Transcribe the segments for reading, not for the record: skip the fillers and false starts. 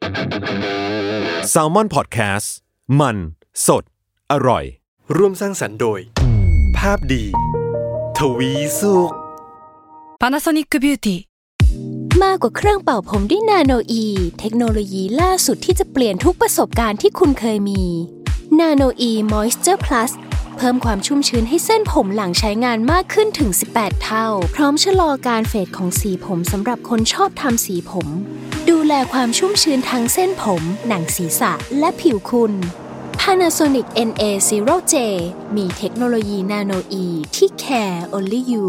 Salmon Podcast มันสดอร่อยร่วมสร้างสรรค์โดยภาพดีทวีสุข Panasonic Beauty มากกว่าเครื่องเป่าผมด้วยนาโนอีเทคโนโลยีล่าสุดที่จะเปลี่ยนทุกประสบการณ์ที่คุณเคยมีนาโนอีมอยส์เจอร์พลัสเพิ่มความชุ่มชื้นให้เส้นผมหลังใช้งานมากขึ้นถึง18เท่าพร้อมชะลอการเฟดของสีผมสำหรับคนชอบทำสีผมดูแลความชุ่มชื้นทั้งเส้นผมหนังศีรษะและผิวคุณ Panasonic NA0J มีเทคโนโลยีนาโนอีที่ care only you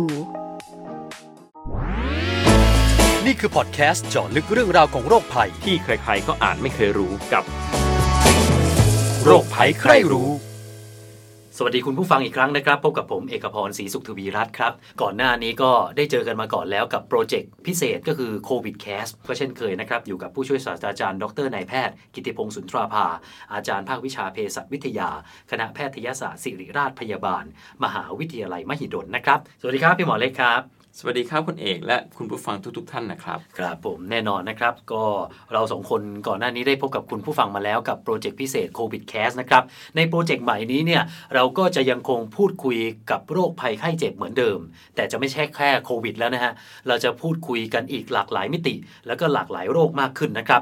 นี่คือพอดแคสต์เจาะลึกเรื่องราวของโรคภัยที่ใครๆก็อ่านไม่เคยรู้กับโรคภัยใครรู้สวัสดีคุณผู้ฟังอีกครั้งนะครับพบกับผมเอกพรศรีสุขทวีรัตน์ครับก่อนหน้านี้ก็ได้เจอกันมาก่อนแล้วกับโปรเจกต์พิเศษก็คือโควิดแคสก็เช่นเคยนะครับอยู่กับผู้ช่วยศาสตราจารย์ดรนายแพทย์กิติพงษ์สุนทราภาอาจารย์ภาควิชาเภสัชวิทยาคณะแพทยศาสตร์ศิริราชพยาบาลมหาวิทยาลัยมหิดลนะครับสวัสดีครับพี่หมอเล็กครับสวัสดีครับคุณเอกและคุณผู้ฟังทุกท่านนะครับครับผมแน่นอนนะครับก็เราสองคนก่อนหน้านี้ได้พบกับคุณผู้ฟังมาแล้วกับโปรเจกต์พิเศษโควิดแคสนะครับในโปรเจกต์ใหม่นี้เนี่ยเราก็จะยังคงพูดคุยกับโรคภัยไข้เจ็บเหมือนเดิมแต่จะไม่ใช่แค่โควิดแล้วนะฮะเราจะพูดคุยกันอีกหลากหลายมิติแล้วก็หลากหลายโรคมากขึ้นนะครับ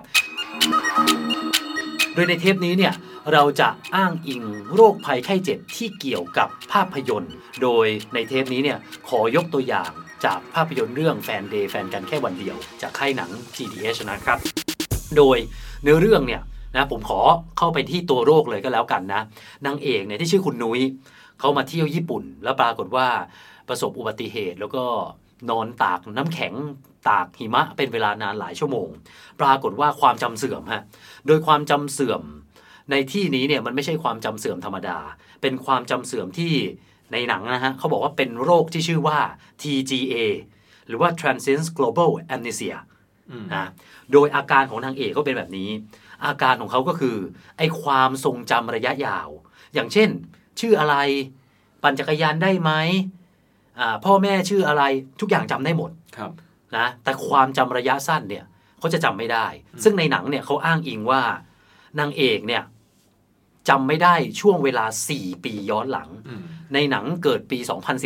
โดยในเทปนี้เนี่ยเราจะอ้างอิงโรคภัยไข้เจ็บที่เกี่ยวกับภาพยนตร์โดยในเทปนี้เนี่ยขอยกตัวอย่างจากภาพยนตร์เรื่องแฟนเดย์แฟนกันแค่วันเดียวจากค่ายหนัง GDH นะครับโดยเนื้อเรื่องเนี่ยนะผมขอเข้าไปที่ตัวโรคเลยก็แล้วกันนะนางเอกเนี่ยที่ชื่อคุณนุ้ยเขามาเที่ยวญี่ปุ่นแล้วปรากฏว่าประสบอุบัติเหตุแล้วก็นอนตากน้ำแข็งตากหิมะเป็นเวลานานหลายชั่วโมงปรากฏว่าความจำเสื่อมฮะโดยความจำเสื่อมในที่นี้เนี่ยมันไม่ใช่ความจำเสื่อมธรรมดาเป็นความจำเสื่อมที่ในหนังนะฮะเขาบอกว่าเป็นโรคที่ชื่อว่า TGA หรือว่า Transient Global Amnesia นะโดยอาการของนางเอกก็เป็นแบบนี้อาการของเขาก็คือไอ้ความทรงจำระยะยาวอย่างเช่นชื่ออะไรปั่นจักรยานได้ไหมพ่อแม่ชื่ออะไรทุกอย่างจำได้หมดนะแต่ความจำระยะสั้นเนี่ยเขาจะจำไม่ได้ซึ่งในหนังเนี่ยเขาอ้างอิงว่านางเอกเนี่ยจำไม่ได้ช่วงเวลา4ปีย้อนหลังในหนังเกิดปี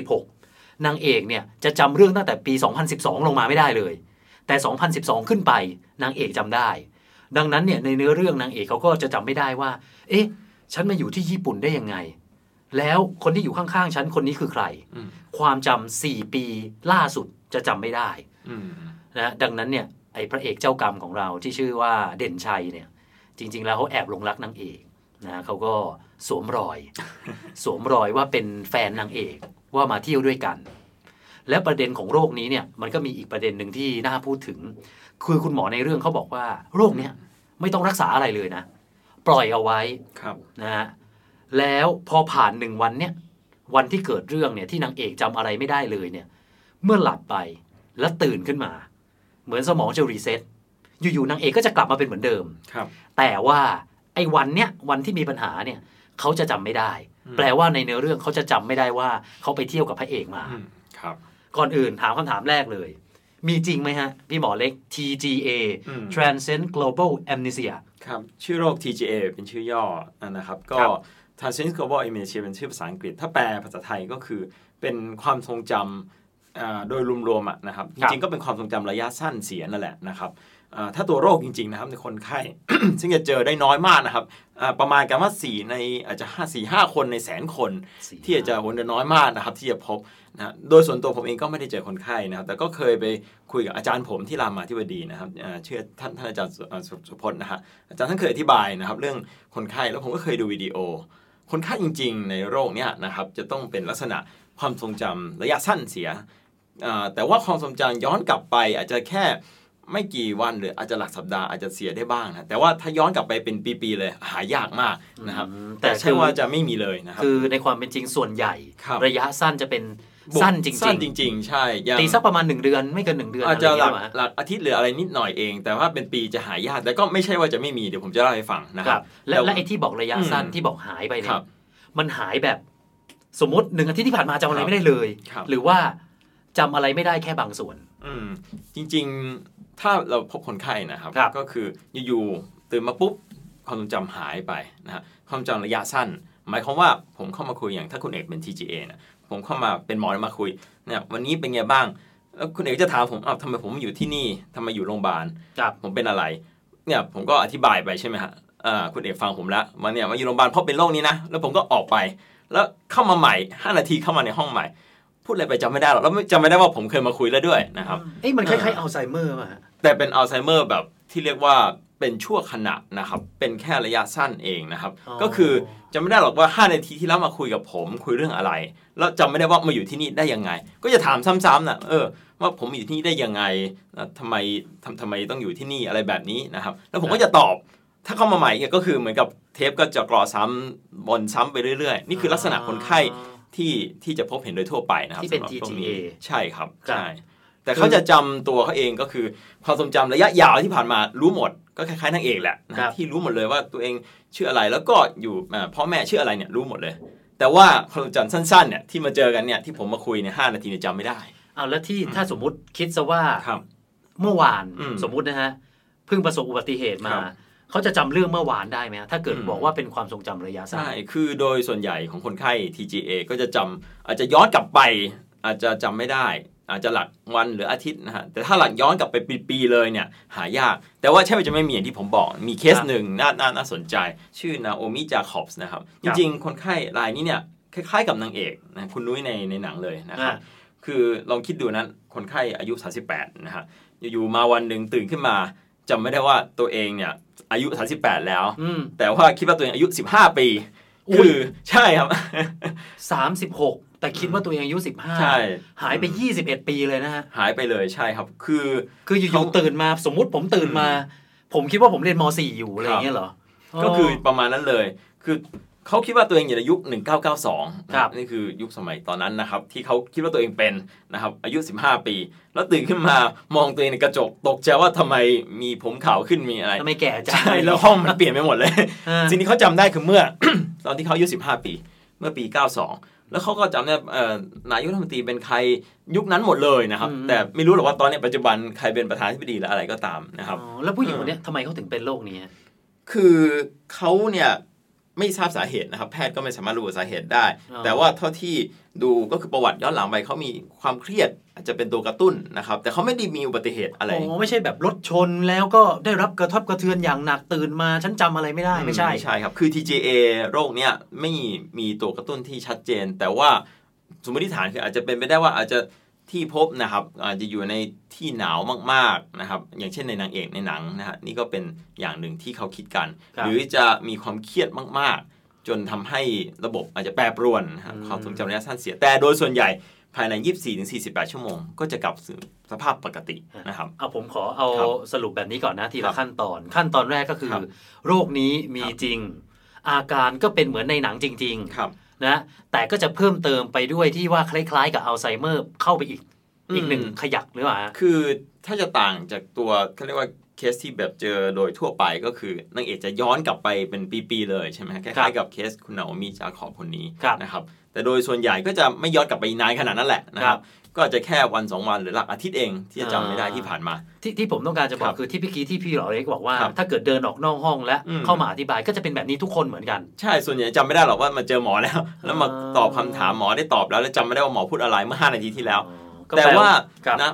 2016นางเอกเนี่ยจะจำเรื่องตั้งแต่ปี2012ลงมาไม่ได้เลยแต่2012ขึ้นไปนางเอกจำได้ดังนั้นเนี่ยในเนื้อเรื่องนางเอกเขาก็จะจำไม่ได้ว่าเอ๊ะฉันมาอยู่ที่ญี่ปุ่นได้ยังไงแล้วคนที่อยู่ข้างๆฉันคนนี้คือใครความจำ4ปีล่าสุดจะจำไม่ได้นะดังนั้นเนี่ยไอ้พระเอกเจ้ากรรมของเราที่ชื่อว่าเด่นชัยเนี่ยจริงๆแล้วเขาแอบหลงรักนางเอกนะเขาก็สวมรอยว่าเป็นแฟนนางเอกว่ามาเที่ยวด้วยกันและประเด็นของโรคนี้เนี่ยมันก็มีอีกประเด็นหนึ่งที่น่าพูดถึงคือคุณหมอในเรื่องเขาบอกว่าโรคเนี้ยไม่ต้องรักษาอะไรเลยนะปล่อยเอาไว้นะฮะแล้วพอผ่าน1วันเนี่ยวันที่เกิดเรื่องเนี่ยที่นางเอกจำอะไรไม่ได้เลยเนี่ยเมื่อหลับไปแล้วตื่นขึ้นมาเหมือนสมองจะรีเซ็ตอยู่ๆนางเอกก็จะกลับมาเป็นเหมือนเดิมแต่ว่าไอ้วันเนี้ยวันที่มีปัญหาเนี่ยเขาจะจำไม่ได้แปลว่าในเนื้อเรื่องเขาจะจำไม่ได้ว่าเขาไปเที่ยวกับพระเอกมาก่อนอื่นถามคำถามแรกเลยมีจริงไหมฮะพี่หมอเล็ก TGA Transient Global Amnesia ครับชื่อโรค TGA เป็นชื่อย่อนะครับก็ Transient Global Amnesia เป็นชื่อภาษาอังกฤษถ้าแปลภาษาไทยก็คือเป็นความทรงจำโดยรวมๆนะครับจริงๆก็เป็นความทรงจำระยะสั้นเสียนั่นแหละนะครับถ้าตัวโรคจริงๆนะครับในคนไข้ ซึ่งจะเจอได้น้อยมากนะครับประมาณกันว่า4ในอาจจะ4-5 คนในแสนคนที่จะผลจะน้อยมากนะครับที่จะพบนะโดยส่วนตัวผมเองก็ไม่ได้เจอคนไข้นะครับแต่ก็เคยไปคุยกับอาจารย์ผมที่รามาธิบดีนะครับชื่อท่านอาจารย์สุพจน์นะฮะอาจารย์ท่านเคยอธิบายนะครับเรื่องคนไข้แล้วผมก็เคยดูวิดีโอคนไข้จริงๆในโรคเนี้ยนะครับจะต้องเป็นลักษณะความทรงจำระยะสั้นเสียแต่ว่าความทรงจำย้อนกลับไปอาจจะแค่ไม่กี่วันหรืออาจจะหลักสัปดาห์อาจจะเสียได้บ้างนะแต่ว่าถ้าย้อนกลับไปเป็นปีๆเลยหายากมากนะครับแต่ใช่ว่าจะไม่มีเลยนะครับคือในความเป็นจริงส่วนใหญ่ระยะสั้นจะเป็นสั้นจริงๆใช่ตีสักประมาณ1เดือนไม่เกิน1เดือนอาจจะหลักอาทิตย์หรืออะไรนิดหน่อยเองแต่ว่าเป็นปีจะหายากแต่ก็ไม่ใช่ว่าจะไม่มีเดี๋ยวผมจะเล่าให้ฟังนะครับและไอ้ที่บอกระยะสั้นที่บอกหายไปเนี่ยมันหายแบบสมมติ1อาทิตย์ที่ผ่านมาจำอะไรไม่ได้เลยหรือว่าจำอะไรไม่ได้แค่บางส่วนจริงๆถ้าเราพบคนไข้นะครับก็คืออยู่ตื่นมาปุ๊บความทรงจำหายไปนะฮะความจำระยะสั้นหมายความว่าผมเข้ามาคุยอย่างถ้าคุณเอกเป็น TGA นะผมเข้ามาเป็นหมอมาคุยเนี่ยวันนี้เป็นไงบ้างแล้วคุณเอกจะถามผมทำไมผมอยู่ที่นี่ทำไมอยู่โรงพยาบาลผมเป็นอะไรเนี่ยผมก็อธิบายไปใช่ไหมฮะคุณเอกฟังผมแล้วมาเนี่ยมาอยู่โรงพยาบาลเพราะเป็นโรคนี้นะแล้วผมก็ออกไปแล้วเข้ามาใหม่5นาทีเข้ามาในห้องใหม่พูดอะไรไปจำไม่ได้หรอกแล้วจำไม่ได้ว่าผมเคยมาคุยแล้วด้วยนะครับมันคล้ายๆอัลไซเมอร์ป่ะแต่เป็นอัลไซเมอร์แบบที่เรียกว่าเป็นชั่วขณะนะครับเป็นแค่ระยะสั้นเองนะครับก็คือจำไม่ได้หรอกว่า5นาทีที่แล้วมาคุยกับผมคุยเรื่องอะไรแล้วจำไม่ได้ว่ามาอยู่ที่นี่ได้ยังไงก็จะถามซ้ำๆนะว่าผมอยู่ที่นี่ได้ยังไงทำไมต้องอยู่ที่นี่อะไรแบบนี้นะครับแล้วผมก็จะตอบถ้าเข้ามาใหม่ก็คือเหมือนกับเทปก็จะกรอซ้ำบนซ้ำไปเรื่อยๆนี่คือลักษณะคนไข้ที่จะพบเห็นโดยทั่วไปนะครับที่เป็น TGA ใช่ครับใช่แต่เขาจะจำตัวเขาเองก็คือความทรงจำระยะยาวที่ผ่านมารู้หมดก็คล้ายๆนางเอกแหละนะที่รู้หมดเลยว่าตัวเองชื่ออะไรแล้วก็อยู่พ่อแม่ชื่ออะไรเนี่ยรู้หมดเลยแต่ว่าความทรงจำสั้นๆเนี่ยที่มาเจอกันเนี่ยที่ผมมาคุยเนี่ย5นาทีเนี่ยจำไม่ได้แล้วที่ถ้าสมมุติคิดซะว่าเมื่อวานสมมุตินะฮะเพิ่งประสบอุบัติเหตุมาเขาจะจำเรื่องเมื่อวานได้ไหมถ้าเกิดบอกว่าเป็นความทรงจำระยะสั้นใช่คือโดยส่วนใหญ่ของคนไข้ TGA ก็จะจำอาจจะย้อนกลับไปอาจจะจำไม่ได้อาจจะหลักวันหรืออาทิตย์นะฮะแต่ถ้าหลักย้อนกลับไปปีๆเลยเนี่ยหายากแต่ว่าใช่ไหมจะไม่มีอย่างที่ผมบอกมีเคสหนึ่งน่าสนใจชื่อนาโอมิจาคอบส์นะครับจริงๆคนไข้รายนี้เนี่ยคล้ายๆกับนางเอกนะคุณนุ้ยในหนังเลยนะครับคือลองคิดดูนั้นคนไข้อายุ38นะฮะอยู่ๆมาวันหนึ่งตื่นขึ้นมาจำไม่ได้ว่าตัวเองเนี่ยอายุ38แล้วแต่ว่าคิดว่าตัวเองอายุ15ปีคือใช่ครับ 36แต่คิดว่าตัวเองอายุ15ใช่หายไป21ปีเลยนะฮะหายไปเลยใช่ครับคืออยู่ๆตื่นมาสมมุติผมตื่นมาผมคิดว่าผมเรียนม.4 อยู่อะไรอย่างเงี้ยเหรอก็คือประมาณนั้นเลยคือเขาคิดว่าตัวเองอยู่ในยุค1992นี่คือยุคสมัยตอนนั้นนะครับที่เขาคิดว่าตัวเองเป็นนะครับอายุ15ปีแล้วตื่นขึ้นมามองตัวเองในกระจกตกใจว่าทำไมมีผมขาวขึ้นมีอะไรทำไมแก่จังใช่แล้วห้องมันเปลี่ยนไปหมดเลยสิ่งที่เขาจำได้คือเมื่อ ตอนที่เขาอายุ15ปีเมื่อปี92แล้วเขาก็จำได้นายกรัฐมนตรีเป็นใครยุคนั้นหมดเลยนะครับแต่ไม่รู้หรอกว่าตอนนี้ปัจจุบันใครเป็นประธานาธิบดีหรืออะไรก็ตามนะครับแล้วผู้หญิงคนนี้ทำไมเขาถึงเป็นโรคนี้คือเขาเนี่ยไม่ทราบสาเหตุนะครับแพทย์ก็ไม่สามารถระบุสาเหตุได้แต่ว่าเท่าที่ดูก็คือประวัติย้อนหลังไปเขามีความเครียดอาจจะเป็นตัวกระตุ้นนะครับแต่เขาไม่ได้มีอุบัติเหตุอะไรไม่ใช่แบบรถชนแล้วก็ได้รับกระทบกระเทือนอย่างหนักตื่นมาฉันจำอะไรไม่ได้ไม่ใช่ครับคือ TGA โรคเนี้ยไม่มีตัวกระตุ้นที่ชัดเจนแต่ว่าสมมติฐานคืออาจจะเป็นไปได้ว่าอาจจะที่พบนะครับอาจจะอยู่ในที่หนาวมากๆนะครับอย่างเช่นในนางเอกในหนังนะฮะนี่ก็เป็นอย่างหนึ่งที่เขาคิดกันหรือจะมีความเครียดมากๆจนทำให้ระบบอาจจะแปรปรวนความทรงจำระยะสั้นเสียแต่โดยส่วนใหญ่ภายใน 24-48 ชั่วโมงก็จะกลับสู่สภาพปกตินะครับผมขอเอาสรุปแบบนี้ก่อนนะทีละขั้นตอนแรกก็คือโรคนี้มีจริงอาการก็เป็นเหมือนในหนังจริงๆนะแต่ก็จะเพิ่มเติมไปด้วยที่ว่าคล้ายๆกับอัลไซเมอร์เข้าไปอีกหนึ่งขยักหรือเปล่าคือถ้าจะต่างจากตัวเขาเรียกว่าเคสที่แบบเจอโดยทั่วไปก็คือนางเอกจะย้อนกลับไปเป็นปีๆเลยใช่ไหมคล้ายๆกับเคสคุณนาโอมิจาคอบคนนี้นะครับแต่โดยส่วนใหญ่ก็จะไม่ย้อนกลับไปนานขนาดนั้นแหละนะครับก็อาจจะแค่วัน2วันหรือหลักอาทิตย์เองที่จะจำไม่ได้ที่ผ่านมาที่ผมต้องการจะบอกคือที่พี่หล่อเล็กบอกว่าถ้าเกิดเดินออกนอกห้องและเข้ามาอธิบายก็จะเป็นแบบนี้ทุกคนเหมือนกันใช่ส่วนใหญ่จำไม่ได้หรอกว่ามาเจอหมอแล้วมาตอบคำถามหมอได้ตอบแล้วจำไม่ได้ว่าหมอพูดอะไรเมื่อ5นาทีที่แล้วแต่ว่านะ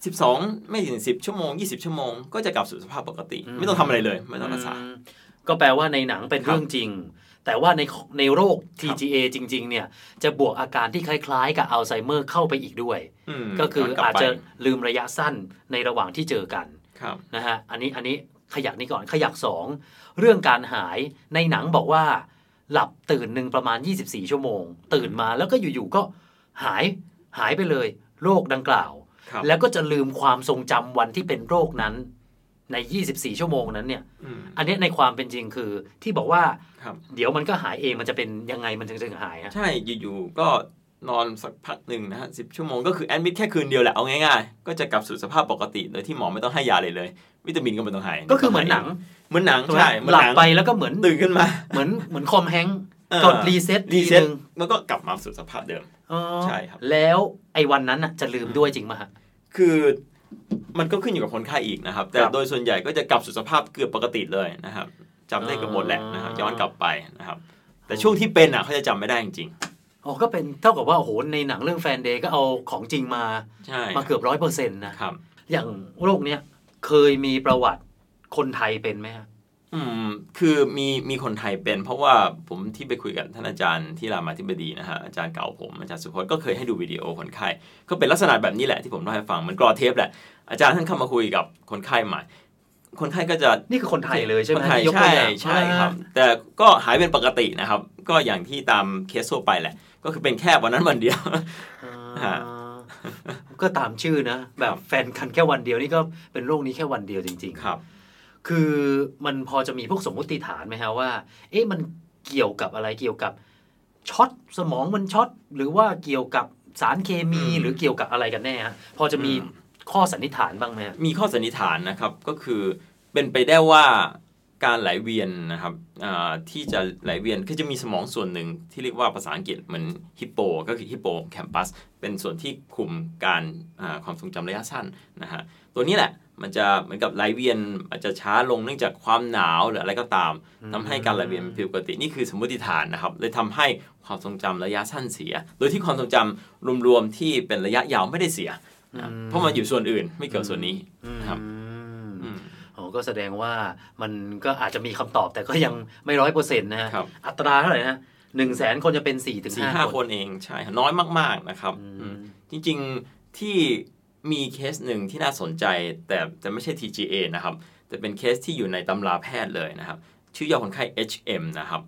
12ไม่ถึง10ชั่วโมง20ชั่วโมงก็จะกลับสู่สภาพปกติไม่ต้องทำอะไรเลยไม่ต้องรักษาก็แปลว่าในหนังเป็นเรื่องจริงแต่ว่าในโรค TGA จริงๆเนี่ยจะบวกอาการที่คล้ายๆกับอัลไซเมอร์เข้าไปอีกด้วยก็คืออาจจะลืมระยะสั้นในระหว่างที่เจอกันนะฮะอันนี้ขยักนี้ก่อนขยัก2เรื่องการหายในหนังบอกว่าหลับตื่นนึงประมาณ24ชั่วโมงตื่นมาแล้วก็อยู่ๆก็หายไปเลยโรคดังกล่าวแล้วก็จะลืมความทรงจำวันที่เป็นโรคนั้นใน24ชั่วโมงนั้นเนี่ยอันนี้ในความเป็นจริงคือที่บอกว่าเดี๋ยวมันก็หายเองมันจะเป็นยังไงมันถึงหายใช่อยู่ๆก็นอนสักพักหนึ่งนะฮะ10ชั่วโมงก็คือแอดมิดแค่คืนเดียวแหละเอาง่ายๆก็จะกลับสู่สภาพปกติโดยที่หมอไม่ต้องให้ยาเลยวิตามินก็ไม่ต้องให้ก็คือเหมือนหนังใช่หลับไปแล้วก็เหมือนตื่นขึ้นมาเหมือนคอมแฮงกดรีเซ็ตนึงแล้วก็กลับมาสู่สภาพเดิมใช่ครับแล้วไอ้วันนั้นน่ะจะลืมด้วยจริงมั้ยคือมันก็ขึ้นอยู่กับคนไข้อีกนะครับแต่โดยส่วนใหญ่ก็จะกลับสู่สภาพเกือบปกติเลยนะครับจำได้เกือบหมดแหละนะครับย้อนกลับไปนะครับแต่ช่วงที่เป็นเขาจะจำไม่ได้จริงๆอ๋อก็เป็นเท่ากับว่าโอ้โหในหนังเรื่องแฟนเดย์ก็เอาของจริงมาเกือบ 100% นะครับอย่างโรคเนี้ยเคยมีประวัติคนไทยเป็นไหมครับคือมีคนไทยเป็นเพราะว่าผมที่ไปคุยกับท่านอาจารย์ที่รามาธิบดีนะฮะอาจารย์เก่าผมอาจารย์สุพจน์ก็เคยให้ดูวิดีโอคนไข้ก็เป็นลักษณะแบบนี้แหละที่ผมเล่าให้ฟังเหมือนกรอเทปแหละอาจารย์ท่านเข้ามาคุยกับคนไข้ใหม่คนไข้ก็จะนี่คือคนไทยเลยใช่ไหมใช่ครับแต่ก็หายเป็นปกตินะครับก็อย่างที่ตามเคสทั่วไปแหละก็คือเป็นแค่วันนั้นวันเดียวก็ตามชื่อนะแบบแฟนกันแค่วันเดียวนี่ก็เป็นโรคนี้แค่วันเดียวจริงๆครับคือมันพอจะมีพวกสมมติฐานไหมฮะว่ามันเกี่ยวกับอะไรเกี่ยวกับช็อตสมองมันช็อตหรือว่าเกี่ยวกับสารเคมีหรือเกี่ยวกับอะไรกันแน่ฮะพอจะมีข้อสันนิษฐานบ้างไหมมีข้อสันนิษฐานนะครับก็คือเป็นไปได้ว่าการไหลเวียนนะครับที่จะไหลเวียนคือจะมีสมองส่วนหนึ่งที่เรียกว่าภาษาอังกฤษเหมือนฮิปโปก็คือฮิปโปแคมปัสเป็นส่วนที่คุมการความทรงจำระยะสั้นนะฮะตัวนี้แหละมันจะเหมือนกับไหลเวียนอาจจะช้าลงเนื่องจากความหนาวหรืออะไรก็ตามทำให้การไหลเวียนผิดปกตินี่คือสมมติฐานนะครับเลยทำให้ความทรงจำระยะสั้นเสียโดยที่ความทรงจำรวมๆที่เป็นระยะยาวไม่ได้เสียเพราะมันอยู่ส่วนอื่นไม่เกี่ยวส่วนนี้ครับก็แสดงว่ามันก็อาจจะมีคำตอบแต่ก็ยังไม่ 100% นะฮะอัตราเท่าไหร่นะ 100,000 คนจะเป็น 4-5 คนเองใช่น้อยมากๆนะครับจริงๆที่มีเคสหนึ่งที่น่าสนใจแต่ไม่ใช่ TGA นะครับแต่เป็นเคสที่อยู่ในตำราแพทย์เลยนะครับชื่อย่อคนไข้ HM นะครับ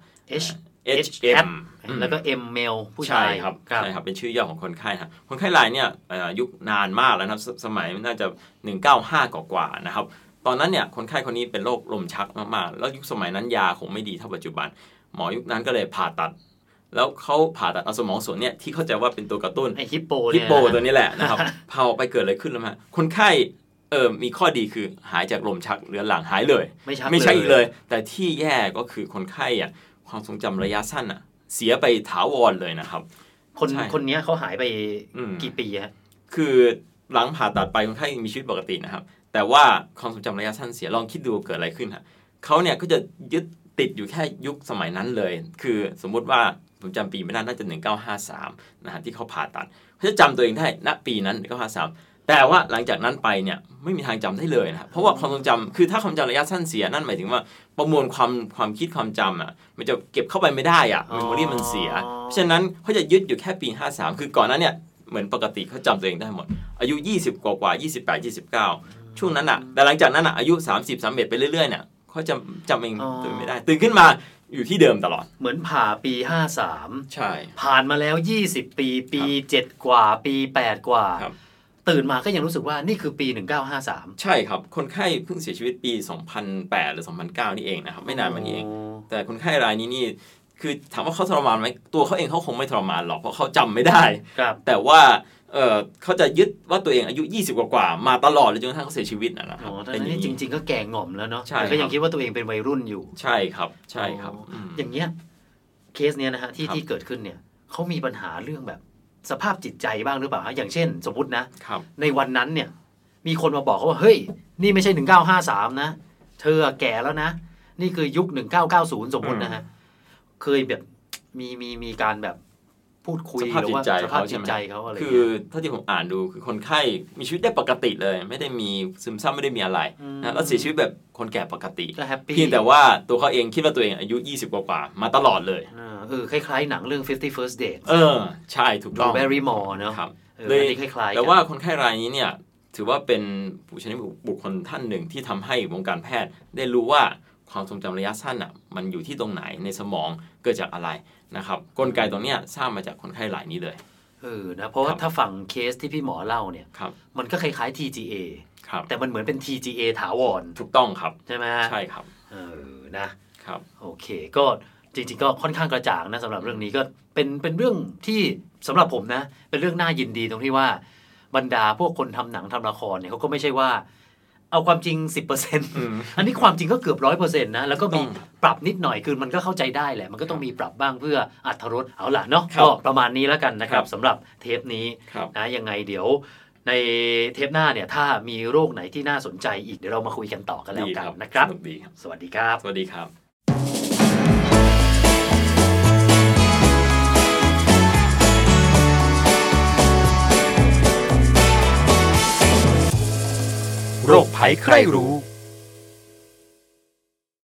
HM แล้วก็ M male ผู้ชายครับใช่ครับเป็นชื่อย่อของคนไข้ครับคนไข้รายเนี่ยยุคนานมากแล้วนะครับสมัยน่าจะ195กว่าๆนะครับตอนนั้นเนี่ยคนไข้คนนี้เป็นโรคลมชักมากๆแล้วยุคสมัยนั้นยาคงไม่ดีเท่าปัจจุบันหมอยุคนั้นก็เลยผ่าตัดแล้วเขาผ่าตัดเอาสมองส่วนเนี่ยที่เข้าใจว่าเป็นตัวกระตุ้นไอ้ฮิปโปตัวนี้แหละนะครับพาออกไปเกิดอะไรขึ้นแล้วมั้ยคนไข้มีข้อดีคือหายจากลมชักเรื้อรังหายเลยไม่ใช่อีกเลยแต่ที่แย่ก็คือคนไข้ความทรงจำระยะสั้นเสียไปถาวรเลยนะครับคนนี้เขาหายไปกี่ปีฮะคือหลังผ่าตัดไปคนไข้มีชีวิตปกตินะครับแต่ว่าความทรงจำระยะสั้นเสียลองคิดดูเกิดอะไรขึ้นฮะเขาเนี่ยก็จะยึดติดอยู่แค่ยุคสมัยนั้นเลยคือสมมุติว่าผมจำปีไม่ได้น่าจะ1953นะฮะที่เขาผ่าตัดเขาจะจำตัวเองได้ณปีนั้น1953แต่ว่าหลังจากนั้นไปเนี่ยไม่มีทางจำได้เลยนะเพราะว่าความทรงจำคือถ้าความจำระยะสั้นเสียนั่นหมายถึงว่าประมวลความคิดความจำมันจะเก็บเข้าไปไม่ได้เมมโมรีมันเสียเพราะฉะนั้นเขาจะยึดอยู่แค่ปี53คือก่อนนั้นเนี่ยเหมือนปกติเขาจำตัวเองได้หมดอายุ20กว่า28 29ช่วงนั้นแต่หลังจากนั้นอายุ30 31ไปเรื่อยๆเนี่ยเขาจำเองตัวไม่ได้ตื่นขึ้นมาอยู่ที่เดิมตลอดเหมือนผ่าปี53 ใช่ผ่านมาแล้ว20ปี7กว่าปี8กว่าตื่นมาก็ยังรู้สึกว่านี่คือปี1953 ใช่ครับคนไข้เพิ่งเสียชีวิตปี2008หรือ2009นี่เองนะครับไม่นานมานี้เองแต่คนไข้รายนี้นี่คือถามว่าเขาทรมานไหมตัวเขาเองเขาคงไม่ทรมานหรอกเพราะเขาจำไม่ได้แต่ว่าเขาจะยึดว่าตัวเองอายุ20กว่ามาตลอดเลยจนกระทั่งเขาเสียชีวิตนะครับแต่นี่จริงๆก็แก่ง่อมแล้วเนาะแต่ก็ยังคิดว่าตัวเองเป็นวัยรุ่นอยู่ใช่ครับใช่ครับอย่างเงี้ยเคสเนี้ยนะฮะที่เกิดขึ้นเนี่ยเขามีปัญหาเรื่องแบบสภาพจิตใจบ้างหรือเปล่าฮะอย่างเช่นสมมุตินะในวันนั้นเนี่ยมีคนมาบอกเขาว่าเฮ้ยนี่ไม่ใช่1953นะเธอแก่แล้วนะนี่คือยุค1990สมมุตินะฮะเคยแบบมีการแบบพูดคุยหรือว่าสภาพจิตใจเขาอะไรคือเท่าที่ผมอ่านดูคือคนไข้มีชีวิตได้ปกติเลยไม่ได้มีซึมเศร้าไม่ได้มีอะไรนะแล้วเสียชีวิตแบบคนแก่ปกติเพียงแต่ว่าตัวเขาเองคิดว่าตัวเองอายุ20กว่ามาตลอดเลยคล้ายๆหนังเรื่อง 50 First Dates ใช่ถูกต้อง Barrymore เนาะเลยคล้ายๆแต่ว่าคนไข้รายนี้เนี่ยถือว่าเป็นผู้ชนะบุคคลท่านหนึ่งที่ทำให้วงการแพทย์ได้รู้ว่าความทรงจำระยะสั้นมันอยู่ที่ตรงไหนในสมองเกิดจากอะไรนะครับกลไกตรงนี้สร้างมาจากคนไข้รายนี้เลยนะเพราะว่าถ้าฟังเคสที่พี่หมอเล่าเนี่ยมันก็คล้ายๆ TGA แต่มันเหมือนเป็น TGA ถาวรถูกต้องครับใช่ไหมใช่ครับนะครับโอเคก็จริงๆก็ค่อนข้างกระจ่างนะสำหรับเรื่องนี้ก็เป็นเรื่องที่สำหรับผมนะเป็นเรื่องน่ายินดีตรงที่ว่าบรรดาพวกคนทำหนังทำละครเนี่ยเขาก็ไม่ใช่ว่าเอาความจริง 10% อันนี้ความจริงก็เกือบ 100% นะแล้วก็มีปรับนิดหน่อยคือมันก็เข้าใจได้แหละมันก็ต้องมีปรับบ้างเพื่ออรรถรสเอาล่ะเนาะก็ประมาณนี้แล้วกันนะครับสำหรับเทปนี้นะยังไงเดี๋ยวในเทปหน้าเนี่ยถ้ามีโรคไหนที่น่าสนใจอีกเดี๋ยวเรามาคุยกันต่อกันแล้วกันนะครับสนุกดีครับสวัสดีครับสวัสดีครับโรคภัยใครรู้